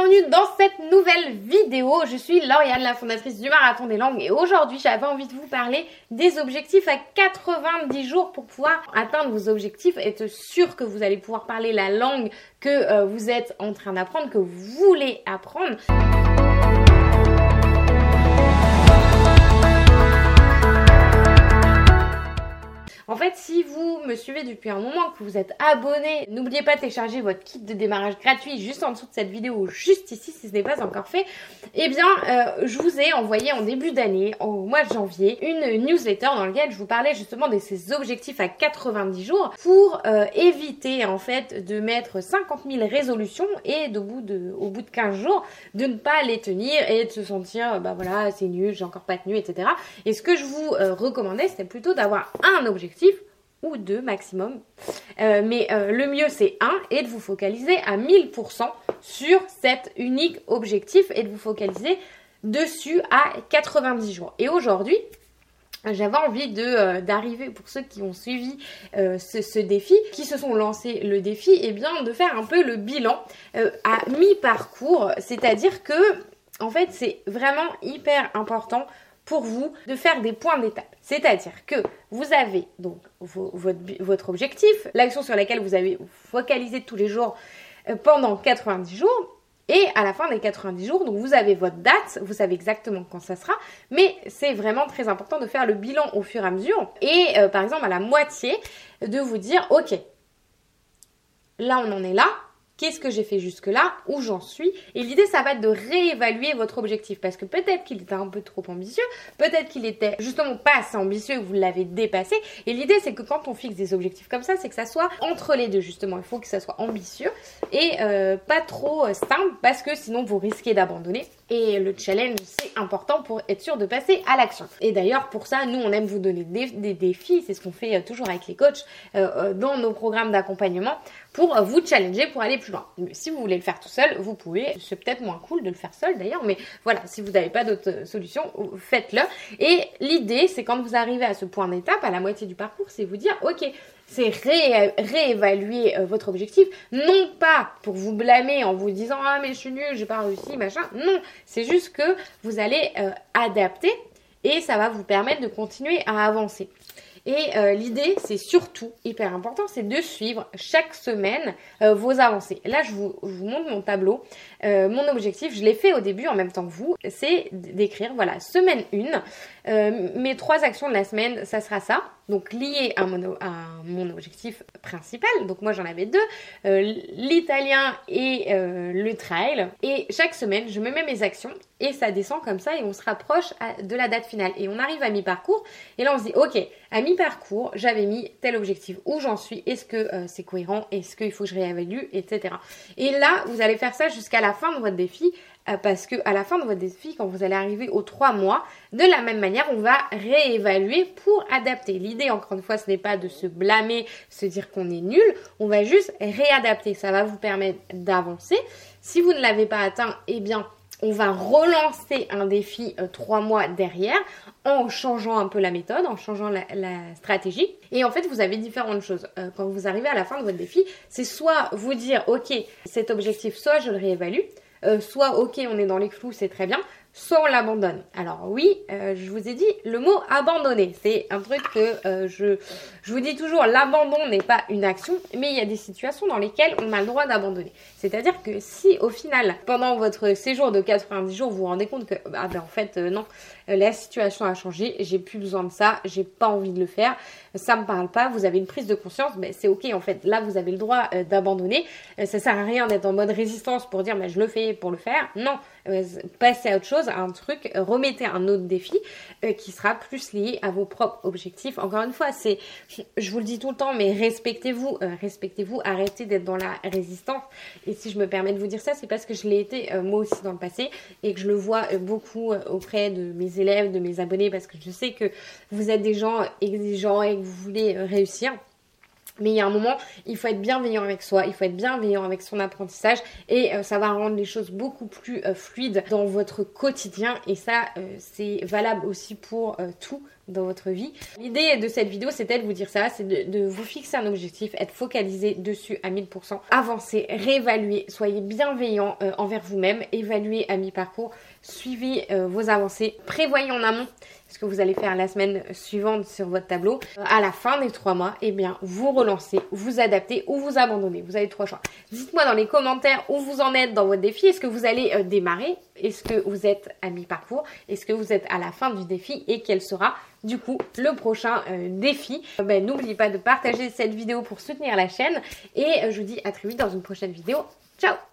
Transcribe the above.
bienvenue dans cette nouvelle vidéo. Je suis Lauriane, la fondatrice du Marathon des Langues, et aujourd'hui j'avais envie de vous parler des objectifs à 90 jours pour pouvoir atteindre vos objectifs, être sûr que vous allez pouvoir parler la langue que vous êtes en train d'apprendre, que vous voulez apprendre. En fait, si vous me suivez depuis un moment, que vous êtes abonné, n'oubliez pas de télécharger votre kit de démarrage gratuit juste en dessous de cette vidéo, juste ici si ce n'est pas encore fait. Eh bien, je vous ai envoyé en début d'année, au mois de janvier, une newsletter dans laquelle je vous parlais justement de ces objectifs à 90 jours pour éviter en fait de mettre 50 000 résolutions et au bout de 15 jours de ne pas les tenir et de se sentir bah voilà c'est nul, j'ai encore pas tenu, etc. Et ce que je vous recommandais, c'était plutôt d'avoir un objectif ou deux maximum, mais le mieux c'est 1 et de vous focaliser à 1000% sur cet unique objectif et de vous focaliser dessus à 90 jours. Et aujourd'hui, j'avais envie d'arriver, pour ceux qui ont suivi ce défi, qui se sont lancés le défi, et bien de faire un peu le bilan à mi-parcours, c'est-à-dire que en fait c'est vraiment hyper important pour vous de faire des points d'étape. C'est-à-dire que vous avez donc votre objectif, l'action sur laquelle vous avez focalisé tous les jours pendant 90 jours, et à la fin des 90 jours, donc vous avez votre date, vous savez exactement quand ça sera, mais c'est vraiment très important de faire le bilan au fur et à mesure, et par exemple à la moitié, de vous dire, ok, là on en est là, qu'est-ce que j'ai fait jusque-là, où j'en suis, et l'idée ça va être de réévaluer votre objectif, parce que peut-être qu'il était un peu trop ambitieux, peut-être qu'il était justement pas assez ambitieux et que vous l'avez dépassé, et l'idée c'est que quand on fixe des objectifs comme ça, c'est que ça soit entre les deux justement, il faut que ça soit ambitieux et pas trop simple, parce que sinon vous risquez d'abandonner, et le challenge c'est important pour être sûr de passer à l'action. Et d'ailleurs pour ça, nous on aime vous donner des défis, c'est ce qu'on fait toujours avec les coachs dans nos programmes d'accompagnement, pour vous challenger, pour aller plus loin. Mais si vous voulez le faire tout seul, vous pouvez. C'est peut-être moins cool de le faire seul d'ailleurs, mais voilà, si vous n'avez pas d'autre solution, faites-le. Et l'idée, c'est quand vous arrivez à ce point d'étape, à la moitié du parcours, c'est vous dire, ok, c'est réévaluer votre objectif, non pas pour vous blâmer en vous disant, ah mais je suis nulle, j'ai pas réussi, machin. Non, c'est juste que vous allez adapter et ça va vous permettre de continuer à avancer. Et l'idée, c'est surtout hyper important, c'est de suivre chaque semaine vos avancées. Là, je vous montre mon tableau. Mon objectif, je l'ai fait au début en même temps que vous, c'est d'écrire, voilà, semaine 1, mes 3 actions de la semaine, ça sera ça. Donc lié à mon objectif principal, donc moi j'en avais 2, l'italien et le trail. Et chaque semaine, je me mets mes actions et ça descend comme ça et on se rapproche de la date finale. Et on arrive à mi-parcours et là on se dit, ok, à mi-parcours, j'avais mis tel objectif, où j'en suis, est-ce que c'est cohérent, est-ce qu'il faut que je réévalue, etc. Et là, vous allez faire ça jusqu'à la fin de votre défi, parce que à la fin de votre défi, quand vous allez arriver aux 3 mois, de la même manière, on va réévaluer pour adapter. L'idée, encore une fois, ce n'est pas de se blâmer, se dire qu'on est nul, on va juste réadapter. Ça va vous permettre d'avancer. Si vous ne l'avez pas atteint, eh bien, on va relancer un défi 3 mois derrière en changeant un peu la méthode, en changeant la stratégie. Et en fait, vous avez différentes choses. Quand vous arrivez à la fin de votre défi, c'est soit vous dire, ok, cet objectif, soit je le réévalue, soit ok, on est dans les clous, c'est très bien, soit on l'abandonne. Alors oui, je vous ai dit le mot abandonner, c'est un truc que je vous dis toujours, l'abandon n'est pas une action, mais il y a des situations dans lesquelles on a le droit d'abandonner. C'est-à-dire que si au final, pendant votre séjour de 90 jours, vous vous rendez compte que en fait non, la situation a changé, j'ai plus besoin de ça, j'ai pas envie de le faire, ça me parle pas, vous avez une prise de conscience, c'est ok en fait, là vous avez le droit d'abandonner, ça sert à rien d'être en mode résistance pour dire je le fais pour le faire, non, passez à autre chose, à un truc, remettez un autre défi qui sera plus lié à vos propres objectifs. Encore une fois, je vous le dis tout le temps, mais respectez-vous, arrêtez d'être dans la résistance. Et si je me permets de vous dire ça, c'est parce que je l'ai été moi aussi dans le passé et que je le vois beaucoup auprès de mes élèves, de mes abonnés, parce que je sais que vous êtes des gens exigeants et que vous voulez réussir. Mais il y a un moment, il faut être bienveillant avec soi, il faut être bienveillant avec son apprentissage et ça va rendre les choses beaucoup plus fluides dans votre quotidien et ça, c'est valable aussi pour tout dans votre vie. L'idée de cette vidéo, c'était de vous dire ça, c'est de vous fixer un objectif, être focalisé dessus à 1000%, avancer, réévaluer, soyez bienveillant envers vous-même, évaluez à mi-parcours, suivez vos avancées, prévoyez en amont ce que vous allez faire la semaine suivante sur votre tableau. À la fin des 3 mois, eh bien, vous relancez, vous adaptez ou vous abandonnez. Vous avez 3 choix. Dites-moi dans les commentaires où vous en êtes dans votre défi. Est-ce que vous allez démarrer? Est-ce que vous êtes à mi-parcours? Est-ce que vous êtes à la fin du défi? Et quel sera du coup le prochain défi? N'oubliez pas de partager cette vidéo pour soutenir la chaîne. Et je vous dis à très vite dans une prochaine vidéo. Ciao!